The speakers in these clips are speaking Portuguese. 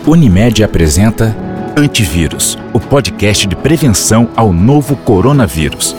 Unimed apresenta Antivírus, o podcast de prevenção ao novo coronavírus.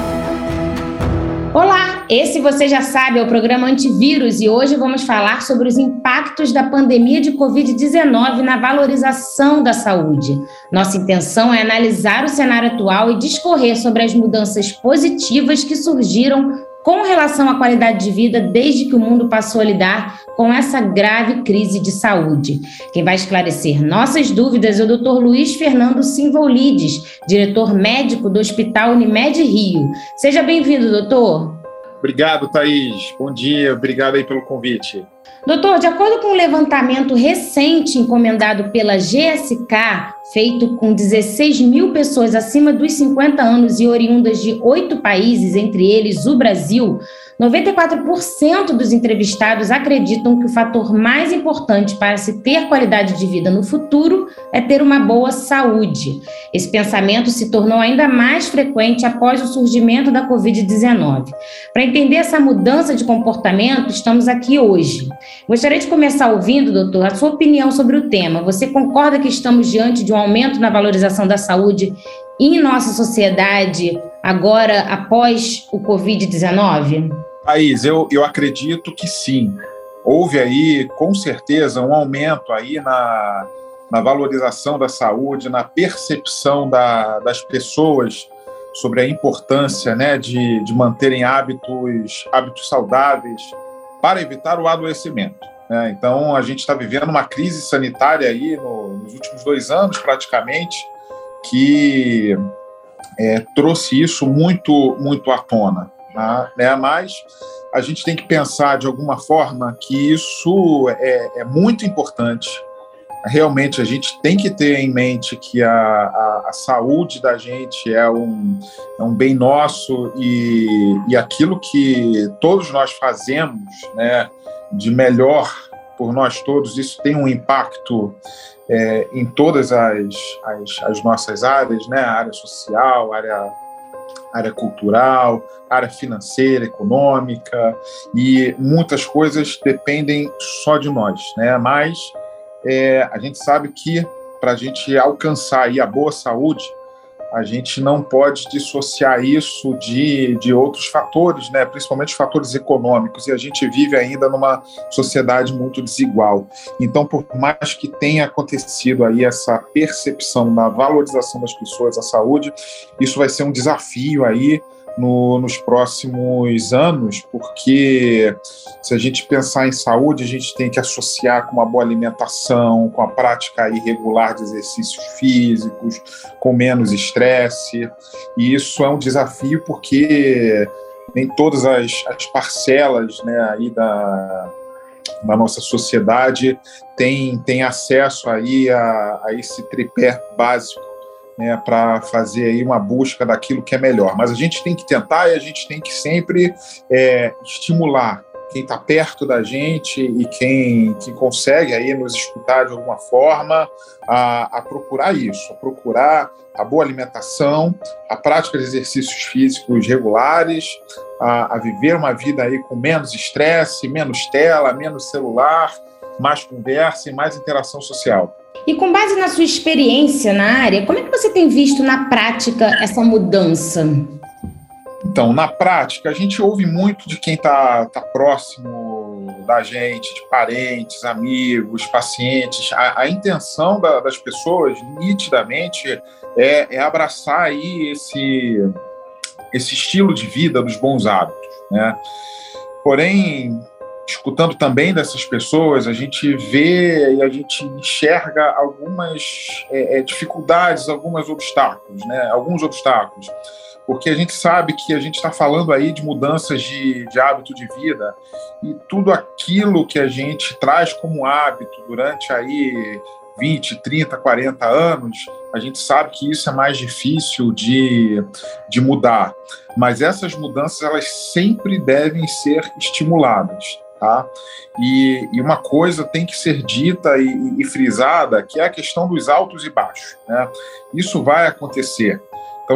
Olá, esse você já sabe é o programa Antivírus e hoje vamos falar sobre os impactos da pandemia de Covid-19 na valorização da saúde. Nossa intenção é analisar o cenário atual e discorrer sobre as mudanças positivas que surgiram com relação à qualidade de vida desde que o mundo passou a lidar com essa grave crise de saúde. Quem vai esclarecer nossas dúvidas é o Dr. Luiz Fernando Simvoulides, diretor médico do Hospital Unimed Rio. Seja bem-vindo, doutor. Obrigado, Thaís. Bom dia, obrigado aí pelo convite. Doutor, de acordo com um levantamento recente encomendado pela GSK, feito com 16 mil pessoas acima dos 50 anos e oriundas de 8 países, entre eles o Brasil, 94% dos entrevistados acreditam que o fator mais importante para se ter qualidade de vida no futuro é ter uma boa saúde. Esse pensamento se tornou ainda mais frequente após o surgimento da Covid-19. Para entender essa mudança de comportamento, estamos aqui hoje. Gostaria de começar ouvindo, doutor, a sua opinião sobre o tema. Você concorda que estamos diante de um aumento na valorização da saúde em nossa sociedade agora, após o Covid-19? Thaís, eu acredito que sim. Houve aí, com certeza, um aumento aí na valorização da saúde, na percepção das pessoas sobre a importância, né, de manterem hábitos saudáveis para evitar o adoecimento. Né? Então, a gente está vivendo uma crise sanitária aí nos últimos 2 anos, praticamente, que trouxe isso muito, muito à tona. Né? Mas a gente tem que pensar, de alguma forma, que isso é muito importante. Realmente, a gente tem que ter em mente que a saúde da gente é um bem nosso e aquilo que todos nós fazemos, né, de melhor por nós todos, isso tem um impacto em todas as nossas áreas, né? A área social, área cultural, área financeira, econômica, e muitas coisas dependem só de nós, né? Mas a gente sabe que para a gente alcançar aí a boa saúde, a gente não pode dissociar isso de outros fatores, né? Principalmente fatores econômicos, e a gente vive ainda numa sociedade muito desigual. Então, por mais que tenha acontecido aí essa percepção da valorização das pessoas à saúde, isso vai ser um desafio aí nos próximos anos, porque se a gente pensar em saúde, a gente tem que associar com uma boa alimentação, com a prática regular de exercícios físicos, com menos estresse, e isso é um desafio porque nem todas as parcelas, né, aí da nossa sociedade têm acesso aí a esse tripé básico, né, para fazer aí uma busca daquilo que é melhor. Mas a gente tem que tentar e a gente tem que sempre estimular quem está perto da gente e quem consegue aí nos escutar de alguma forma a procurar isso, a procurar a boa alimentação, a prática de exercícios físicos regulares, a viver uma vida aí com menos estresse, menos tela, menos celular, mais conversa e mais interação social. E com base na sua experiência na área, como é que você tem visto na prática essa mudança? Então, na prática, a gente ouve muito de quem está próximo da gente, de parentes, amigos, pacientes. A intenção das pessoas, nitidamente, é abraçar aí esse estilo de vida dos bons hábitos, né? Porém, escutando também dessas pessoas, a gente vê e a gente enxerga algumas dificuldades, alguns obstáculos, porque a gente sabe que a gente está falando aí de mudanças de hábito de vida e tudo aquilo que a gente traz como hábito durante aí 20, 30, 40 anos, a gente sabe que isso é mais difícil de mudar, mas essas mudanças elas sempre devem ser estimuladas. Tá? E uma coisa tem que ser dita e frisada, que é a questão dos altos e baixos, né? Isso vai acontecer. Então,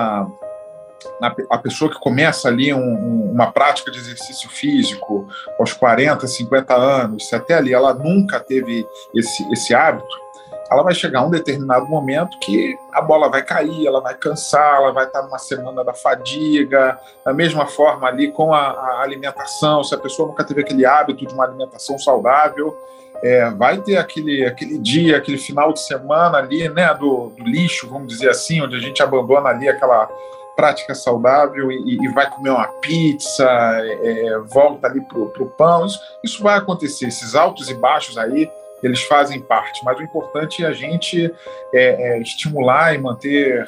a pessoa que começa ali uma prática de exercício físico aos 40, 50 anos, se até ali ela nunca teve esse hábito, ela vai chegar a um determinado momento que a bola vai cair, ela vai cansar, ela vai estar numa semana da fadiga. Da mesma forma ali com a alimentação, se a pessoa nunca teve aquele hábito de uma alimentação saudável, vai ter aquele dia, aquele final de semana ali, né, do lixo, vamos dizer assim, onde a gente abandona ali aquela prática saudável e vai comer uma pizza, volta ali pro pão. Isso vai acontecer, esses altos e baixos aí, eles fazem parte, mas o importante é a gente estimular e manter,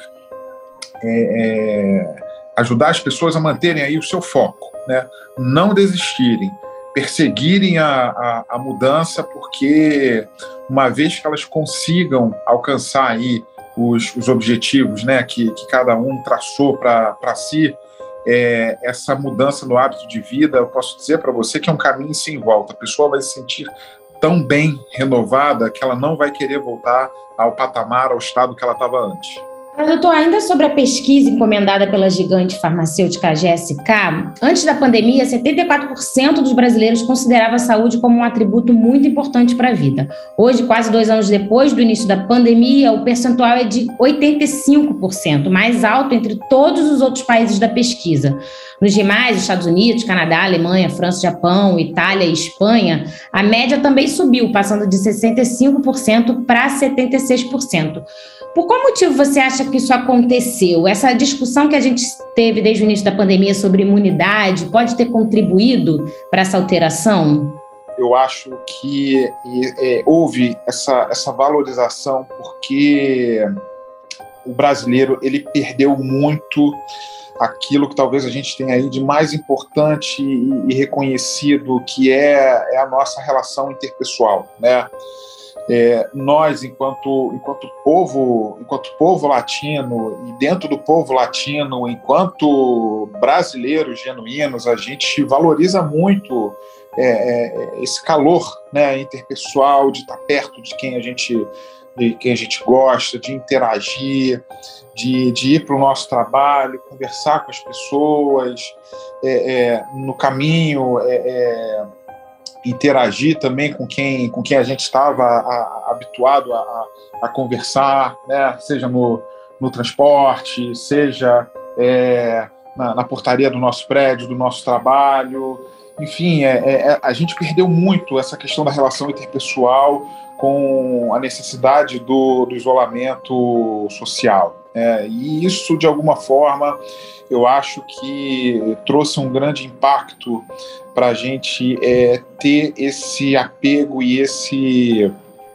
ajudar as pessoas a manterem aí o seu foco, né? Não desistirem, perseguirem a mudança, porque uma vez que elas consigam alcançar aí os objetivos, né, que cada um traçou para si, essa mudança no hábito de vida, eu posso dizer para você que é um caminho sem volta. A pessoa vai se sentir tão bem renovada que ela não vai querer voltar ao patamar, ao estado que ela estava antes. Doutor, ainda sobre a pesquisa encomendada pela gigante farmacêutica GSK, antes da pandemia, 74% dos brasileiros consideravam a saúde como um atributo muito importante para a vida. Hoje, quase 2 anos depois do início da pandemia, o percentual é de 85%, mais alto entre todos os outros países da pesquisa. Nos demais, Estados Unidos, Canadá, Alemanha, França, Japão, Itália e Espanha, a média também subiu, passando de 65% para 76%. Por qual motivo você acha que isso aconteceu? Essa discussão que a gente teve desde o início da pandemia sobre imunidade pode ter contribuído para essa alteração? Eu acho que houve essa valorização porque o brasileiro ele perdeu muito aquilo que talvez a gente tenha aí de mais importante e reconhecido, que é a nossa relação interpessoal, né? Nós, enquanto povo latino, e dentro do povo latino, enquanto brasileiros genuínos, a gente valoriza muito esse calor, né, interpessoal, de estar perto de quem a gente gosta, de interagir, de ir para o nosso trabalho, conversar com as pessoas, no caminho, interagir também com quem a gente estava habituado a conversar, né? Seja no transporte, seja na portaria do nosso prédio, do nosso trabalho. Enfim, a gente perdeu muito essa questão da relação interpessoal com a necessidade do isolamento social. E isso, de alguma forma, eu acho que trouxe um grande impacto para a gente ter esse apego e esse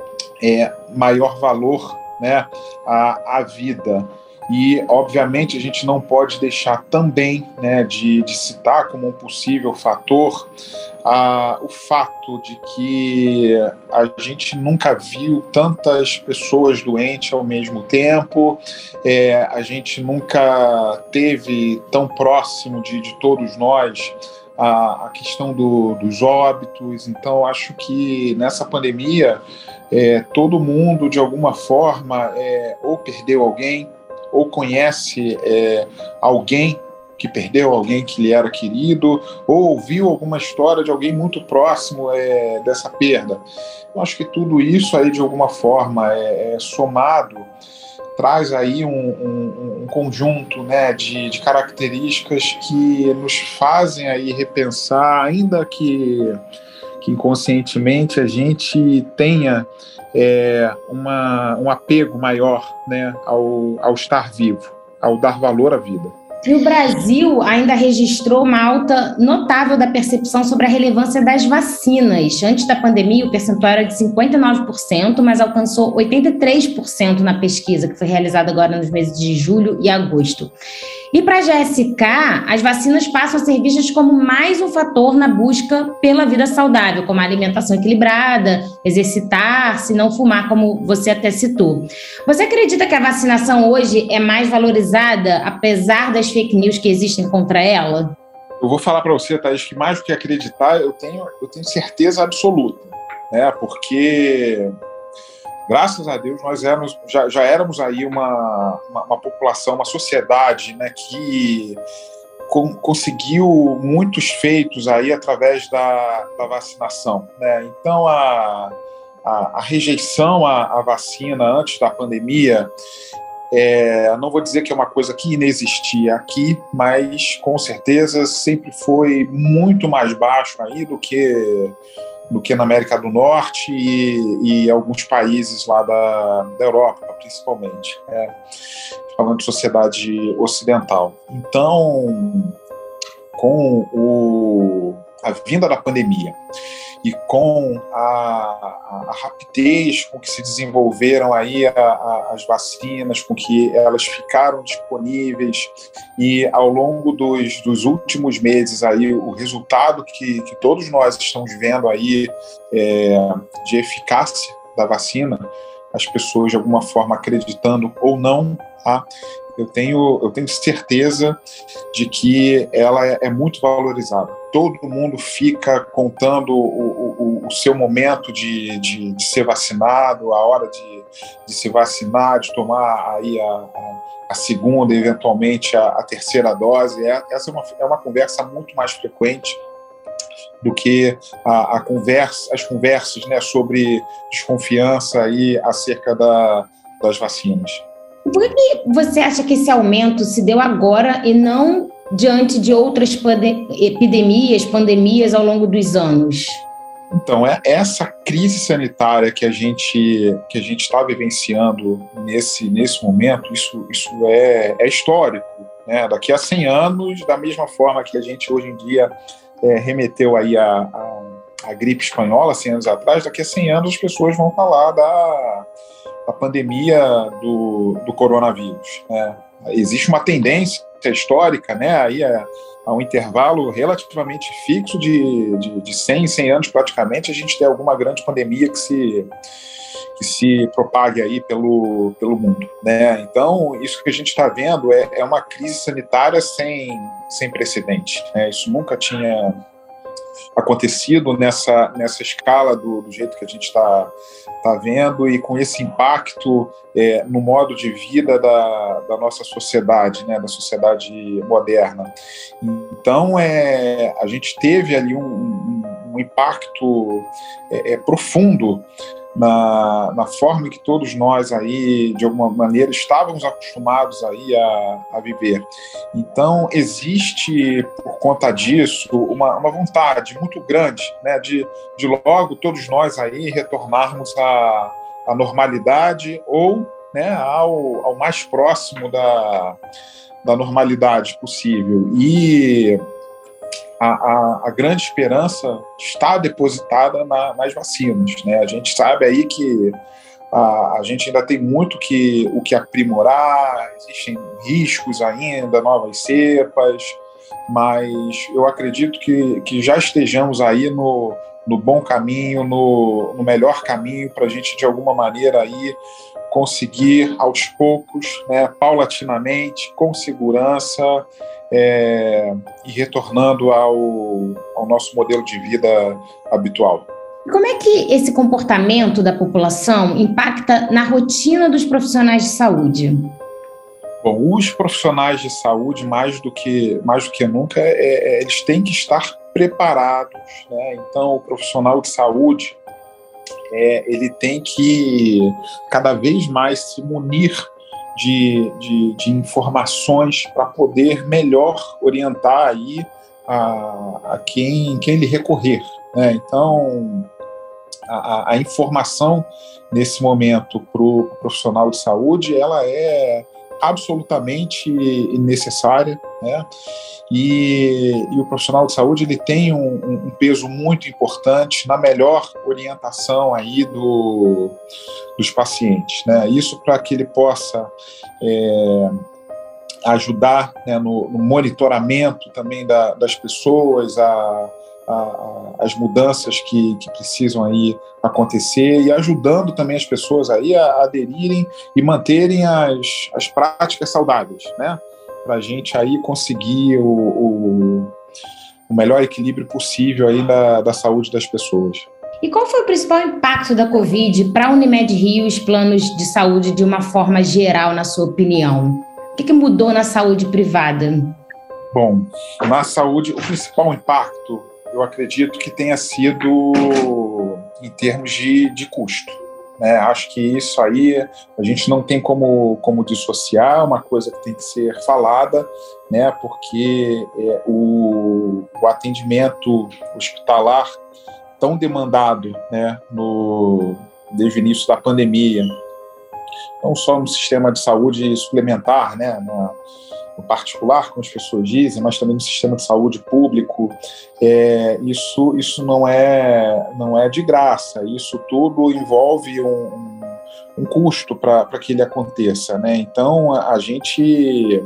maior valor, né, à vida. E, obviamente, a gente não pode deixar também, né, de citar como um possível fator o fato de que a gente nunca viu tantas pessoas doentes ao mesmo tempo, a gente nunca teve tão próximo de todos nós a questão dos óbitos. Então, acho que nessa pandemia todo mundo, de alguma forma, ou perdeu alguém, ou conhece alguém que perdeu alguém que lhe era querido, ou ouviu alguma história de alguém muito próximo dessa perda. Eu acho que tudo isso aí, de alguma forma, somado, traz aí um conjunto, né, de características que nos fazem aí repensar, ainda que inconscientemente a gente tenha um apego maior, né, ao estar vivo, ao dar valor à vida. E o Brasil ainda registrou uma alta notável da percepção sobre a relevância das vacinas. Antes da pandemia, o percentual era de 59%, mas alcançou 83% na pesquisa, que foi realizada agora nos meses de julho e agosto. E para a GSK, as vacinas passam a ser vistas como mais um fator na busca pela vida saudável, como a alimentação equilibrada, exercitar-se, não fumar, como você até citou. Você acredita que a vacinação hoje é mais valorizada, apesar das fake news que existem contra ela? Eu vou falar para você, Thaís, que mais do que acreditar, eu tenho certeza absoluta, né? Porque, graças a Deus, nós já éramos aí uma população, uma sociedade, né, que conseguiu muitos feitos aí através da vacinação, né? Então, a rejeição à vacina antes da pandemia, não vou dizer que é uma coisa que inexistia aqui, mas com certeza sempre foi muito mais baixo aí do que na América do Norte e alguns países lá da Europa, principalmente, falando de sociedade ocidental. Então, com a vinda da pandemia e com a rapidez com que se desenvolveram aí as vacinas, com que elas ficaram disponíveis e ao longo dos últimos meses aí o resultado que todos nós estamos vendo aí de eficácia da vacina, as pessoas de alguma forma acreditando ou não, eu tenho certeza de que ela é muito valorizada. Todo mundo fica contando o seu momento de ser vacinado, a hora de se vacinar, de tomar aí a segunda, eventualmente a terceira dose. Essa é uma conversa muito mais frequente do que as conversas, né, sobre desconfiança aí acerca das vacinas. Por que você acha que esse aumento se deu agora e não diante de outras pandemias ao longo dos anos? Então, essa crise sanitária que a gente está vivenciando nesse momento, isso é histórico, né? Daqui a 100 anos, da mesma forma que a gente hoje em dia remeteu aí a gripe espanhola 100 anos atrás, daqui a 100 anos as pessoas vão falar da pandemia do coronavírus, né? Existe uma tendência histórica, né, aí a um intervalo relativamente fixo de 100 anos praticamente, a gente tem alguma grande pandemia que se propague aí pelo mundo, né? Então, isso que a gente está vendo é uma crise sanitária sem precedente, né? Isso nunca tinha acontecido nessa escala do jeito que a gente está vendo e com esse impacto no modo de vida da nossa sociedade, né, da sociedade moderna. Então, a gente teve ali um impacto profundo na forma que todos nós aí, de alguma maneira, estávamos acostumados aí a viver. Então, existe, por conta disso, uma vontade muito grande, né, de logo todos nós aí retornarmos à normalidade ou, né, ao mais próximo da normalidade possível. E a grande esperança está depositada nas vacinas, né? A gente sabe aí que a gente ainda tem muito o que aprimorar, existem riscos ainda, novas cepas, mas eu acredito que já estejamos aí no bom caminho, no melhor caminho para a gente, de alguma maneira, aí conseguir, aos poucos, né, paulatinamente, com segurança, e retornando ao nosso modelo de vida habitual. Como é que esse comportamento da população impacta na rotina dos profissionais de saúde? Bom, os profissionais de saúde, mais do que nunca, eles têm que estar preparados, né? Então, o profissional de saúde, ele tem que cada vez mais se munir de informações para poder melhor orientar aí a quem lhe recorrer, né? Então, a informação nesse momento para o profissional de saúde, ela é absolutamente necessária, né? E o profissional de saúde, ele tem um peso muito importante na melhor orientação aí dos pacientes, né? Isso para que ele possa ajudar, né, no monitoramento também das pessoas, as mudanças que precisam aí acontecer e ajudando também as pessoas aí a aderirem e manterem as práticas saudáveis, né? Para a gente aí conseguir o melhor equilíbrio possível aí da saúde das pessoas. E qual foi o principal impacto da Covid para a Unimed Rio e os planos de saúde de uma forma geral, na sua opinião? O que mudou na saúde privada? Bom, na saúde, o principal impacto, eu acredito que tenha sido em termos de custo. Né? Acho que isso aí a gente não tem como dissociar, uma coisa que tem que ser falada, né? Porque o atendimento hospitalar tão demandado, né? Desde o início da pandemia, não só no sistema de saúde suplementar, né? No particular, como as pessoas dizem, mas também no sistema de saúde público, isso não é de graça, isso tudo envolve um custo para que ele aconteça, né? Então, a gente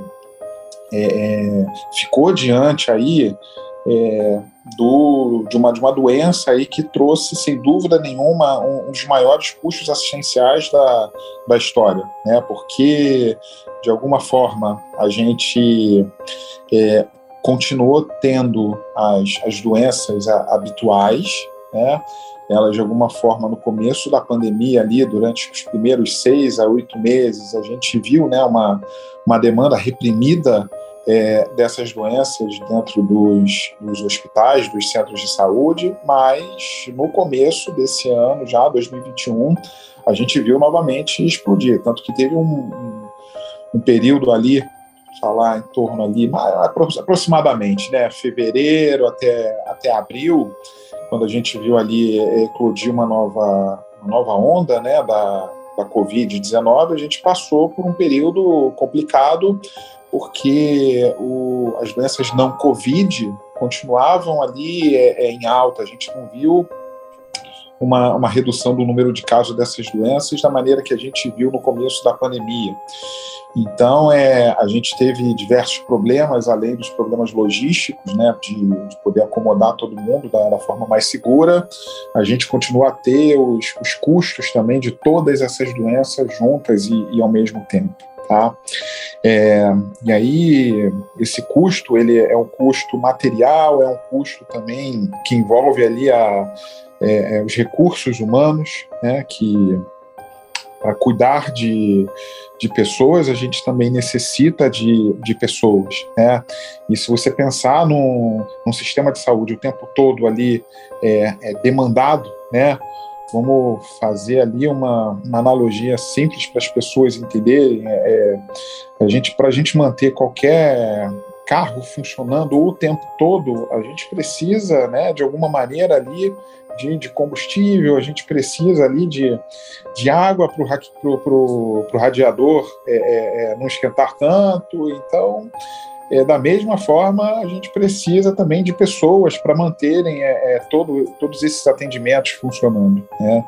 ficou diante aí de uma doença aí que trouxe, sem dúvida nenhuma, um dos maiores custos assistenciais da história, né? Porque, de alguma forma, a gente continuou tendo as doenças habituais, né? Elas, de alguma forma, no começo da pandemia, ali, durante os primeiros 6 a 8 meses, a gente viu, né, uma demanda reprimida dessas doenças dentro dos hospitais, dos centros de saúde, mas no começo desse ano, já 2021, a gente viu novamente explodir, tanto que teve um período ali, falar em torno ali, aproximadamente, né, fevereiro até abril, quando a gente viu ali eclodir uma nova onda, né, da Covid-19, a gente passou por um período complicado, porque as doenças não Covid continuavam ali em alta. A gente não viu uma redução do número de casos dessas doenças da maneira que a gente viu no começo da pandemia. Então, a gente teve diversos problemas, além dos problemas logísticos, né, de poder acomodar todo mundo da forma mais segura. A gente continua a ter os custos também de todas essas doenças juntas e ao mesmo tempo. Tá? E aí, esse custo, ele é um custo material, é um custo também que envolve ali os recursos humanos, né, que para cuidar de pessoas, a gente também necessita de pessoas, né? E se você pensar num sistema de saúde o tempo todo ali demandado, né? Vamos fazer ali uma analogia simples para as pessoas entenderem. Para a gente manter qualquer carro funcionando o tempo todo, a gente precisa, né, de alguma maneira ali de combustível, a gente precisa ali de água para o radiador não esquentar tanto. Então, da mesma forma, a gente precisa também de pessoas para manterem todos esses atendimentos funcionando, né?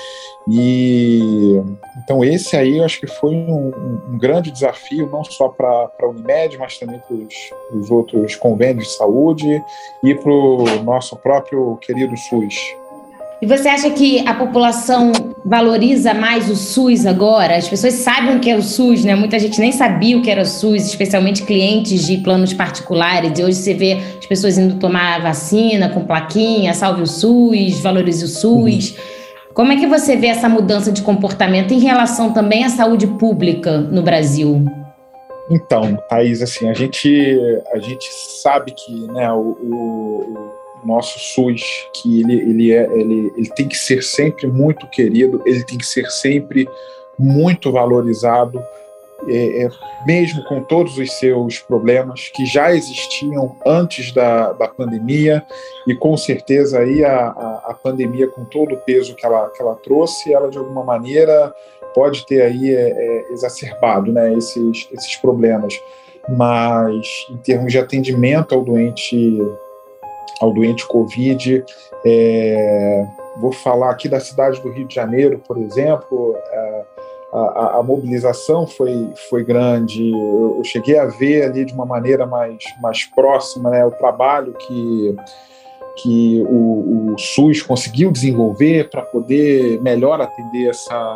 E então esse aí eu acho que foi um grande desafio, não só para a Unimed, mas também para os outros convênios de saúde e para o nosso próprio querido SUS. E você acha que a população valoriza mais o SUS agora? As pessoas sabem o que é o SUS, né? Muita gente nem sabia o que era o SUS, especialmente clientes de planos particulares. E hoje você vê as pessoas indo tomar vacina com plaquinha, salve o SUS, valorize o SUS. Como é que você vê essa mudança de comportamento em relação também à saúde pública no Brasil? Então, Thaís, assim, a gente sabe que, né, o nosso SUS, que ele tem que ser sempre muito querido, ele tem que ser sempre muito valorizado, mesmo com todos os seus problemas que já existiam antes da pandemia, e com certeza aí a pandemia, com todo o peso que ela trouxe, ela de alguma maneira pode ter aí exacerbado, né, esses problemas. Mas em termos de atendimento ao doente Covid, vou falar aqui da cidade do Rio de Janeiro, por exemplo. A mobilização foi grande. Eu cheguei a ver ali de uma maneira mais próxima, né, o trabalho que o SUS conseguiu desenvolver para poder melhor atender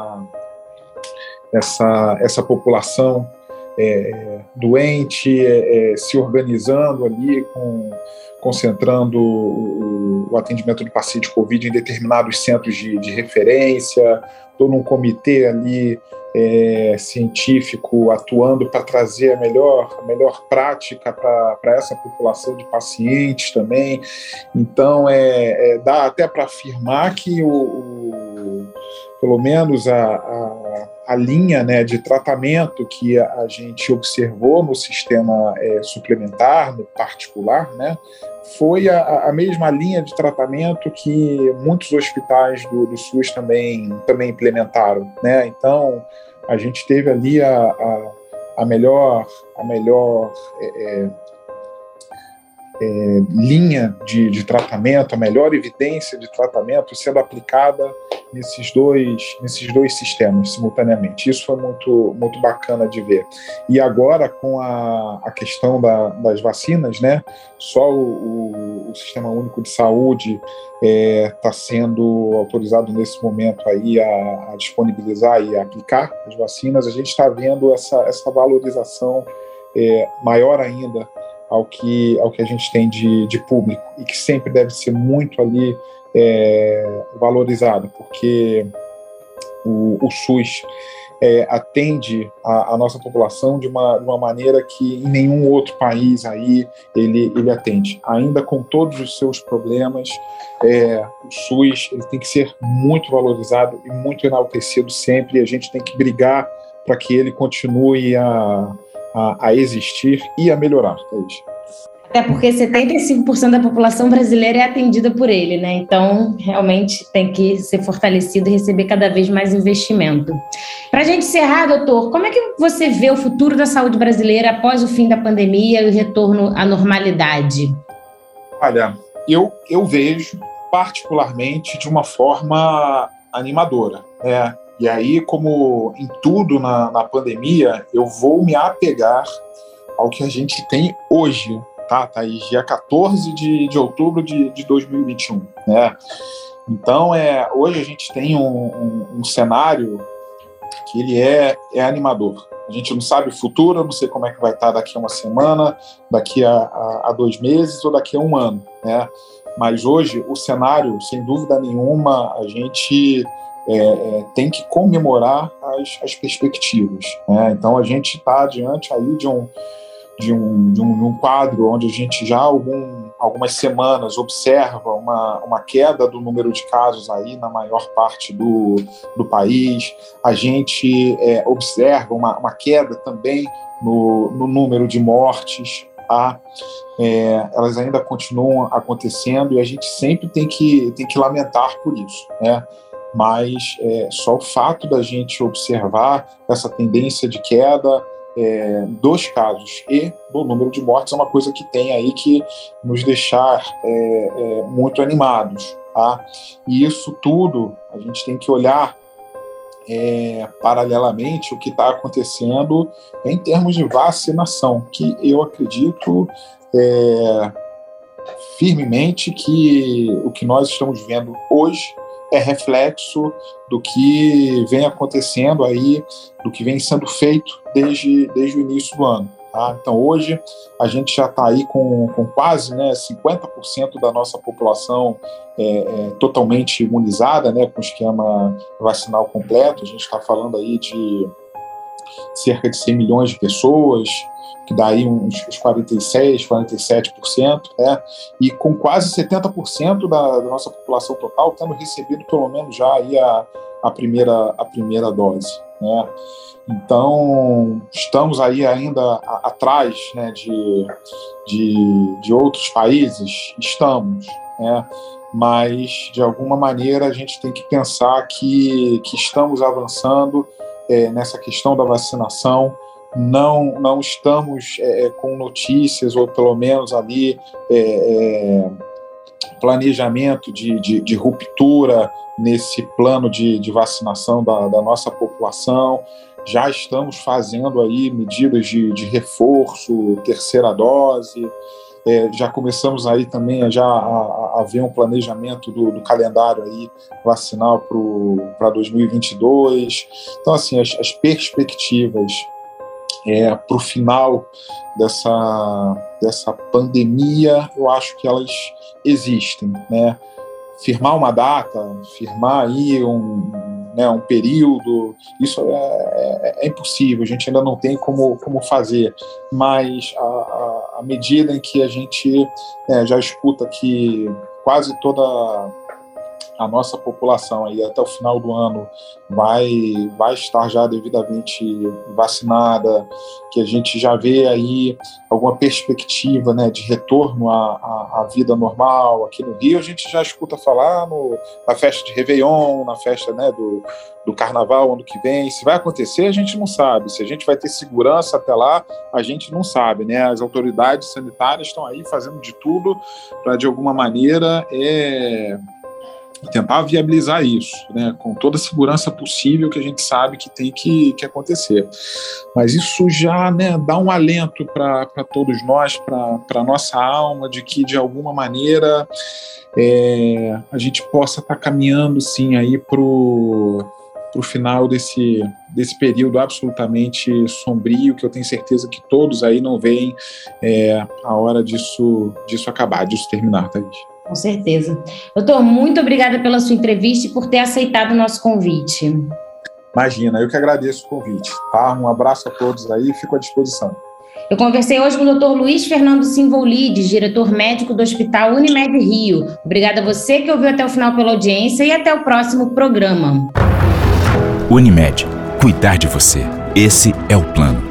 essa população doente, se organizando ali, concentrando o atendimento do paciente COVID em determinados centros de referência, estou num comitê ali científico atuando para trazer a melhor prática para essa população de pacientes também. Então, dá até para afirmar que pelo menos a linha, né, de tratamento que a gente observou no sistema suplementar, no particular, né, foi a mesma linha de tratamento que muitos hospitais do SUS também implementaram, né? Então, a gente teve ali a melhor linha de tratamento, a melhor evidência de tratamento sendo aplicada nesses dois sistemas simultaneamente. Isso foi muito, muito bacana de ver. E agora, com a questão das vacinas, né, só o Sistema Único de Saúde está sendo autorizado nesse momento aí a disponibilizar e a aplicar as vacinas. A gente está vendo essa valorização maior ainda ao que a gente tem de público, e que sempre deve ser muito ali valorizado, porque o SUS atende a nossa população de uma maneira que em nenhum outro país aí ele atende. Ainda com todos os seus problemas, o SUS ele tem que ser muito valorizado e muito enaltecido sempre, e a gente tem que brigar para que ele continue a existir e a melhorar. Até porque 75% da população brasileira é atendida por ele, né? Então, realmente tem que ser fortalecido e receber cada vez mais investimento. Para a gente encerrar, doutor, como é que você vê o futuro da saúde brasileira após o fim da pandemia e o retorno à normalidade? Olha, eu vejo particularmente de uma forma animadora, né? E aí, como em tudo na pandemia, eu vou me apegar ao que a gente tem hoje, tá aí, dia 14 de outubro de 2021, né? Então, hoje a gente tem um cenário que ele é animador. A gente não sabe o futuro, eu não sei como é que vai estar daqui a uma semana, daqui a 2 meses ou daqui a 1 ano, né? Mas hoje, o cenário, sem dúvida nenhuma, a gente tem que comemorar as perspectivas, né? Então, a gente está diante aí de um quadro onde a gente já algumas semanas observa uma queda do número de casos aí na maior parte do país. A gente observa uma queda também no número de mortes, tá? Elas ainda continuam acontecendo e a gente sempre tem que lamentar por isso, né? Mas só o fato da gente observar essa tendência de queda dos casos e do número de mortes é uma coisa que tem aí que nos deixar muito animados, tá? E isso tudo a gente tem que olhar paralelamente o que está acontecendo em termos de vacinação, que eu acredito firmemente que o que nós estamos vendo hoje é reflexo do que vem acontecendo aí, do que vem sendo feito desde o início do ano, tá? Então, hoje, a gente já está aí com quase 50% da nossa população totalmente imunizada, né, com o esquema vacinal completo. A gente está falando aí de cerca de 100 milhões de pessoas, que dá aí uns 46%, 47%, né? E com quase 70% da nossa população total tendo recebido pelo menos já aí a primeira dose, né? Então, estamos aí ainda atrás, né, de outros países, estamos, né? Mas, de alguma maneira, a gente tem que pensar que estamos avançando nessa questão da vacinação. Não estamos com notícias, ou pelo menos ali planejamento de ruptura nesse plano de vacinação da nossa população. Já estamos fazendo aí medidas de reforço, terceira dose. Já começamos aí também a ver um planejamento do calendário aí vacinal para 2022. Então, assim, as perspectivas para o final dessa pandemia, eu acho que elas existem, né? Firmar uma data, firmar aí um período, isso é impossível, a gente ainda não tem como fazer, mas à medida em que a gente já escuta que quase toda a nossa população aí até o final do ano vai estar já devidamente vacinada, que a gente já vê aí alguma perspectiva, né, de retorno à vida normal. Aqui no Rio a gente já escuta falar na festa de Réveillon, na festa, né, do Carnaval ano que vem. Se vai acontecer, a gente não sabe. Se a gente vai ter segurança até lá, a gente não sabe, né? As autoridades sanitárias estão aí fazendo de tudo para, de alguma maneira, tentar viabilizar isso, né, com toda a segurança possível que a gente sabe que tem que acontecer. Mas isso já, né, dá um alento para todos nós, para a nossa alma, de que, de alguma maneira, a gente possa estar caminhando, sim, aí para o final desse período absolutamente sombrio, que eu tenho certeza que todos aí não veem a hora disso acabar, disso terminar, Thaís. Com certeza. Doutor, muito obrigada pela sua entrevista e por ter aceitado o nosso convite. Imagina, eu que agradeço o convite. Tá? Um abraço a todos aí, fico à disposição. Eu conversei hoje com o Dr. Luiz Fernando Simvoulides, diretor médico do Hospital Unimed Rio. Obrigada a você que ouviu até o final pela audiência e até o próximo programa. Unimed, cuidar de você. Esse é o plano.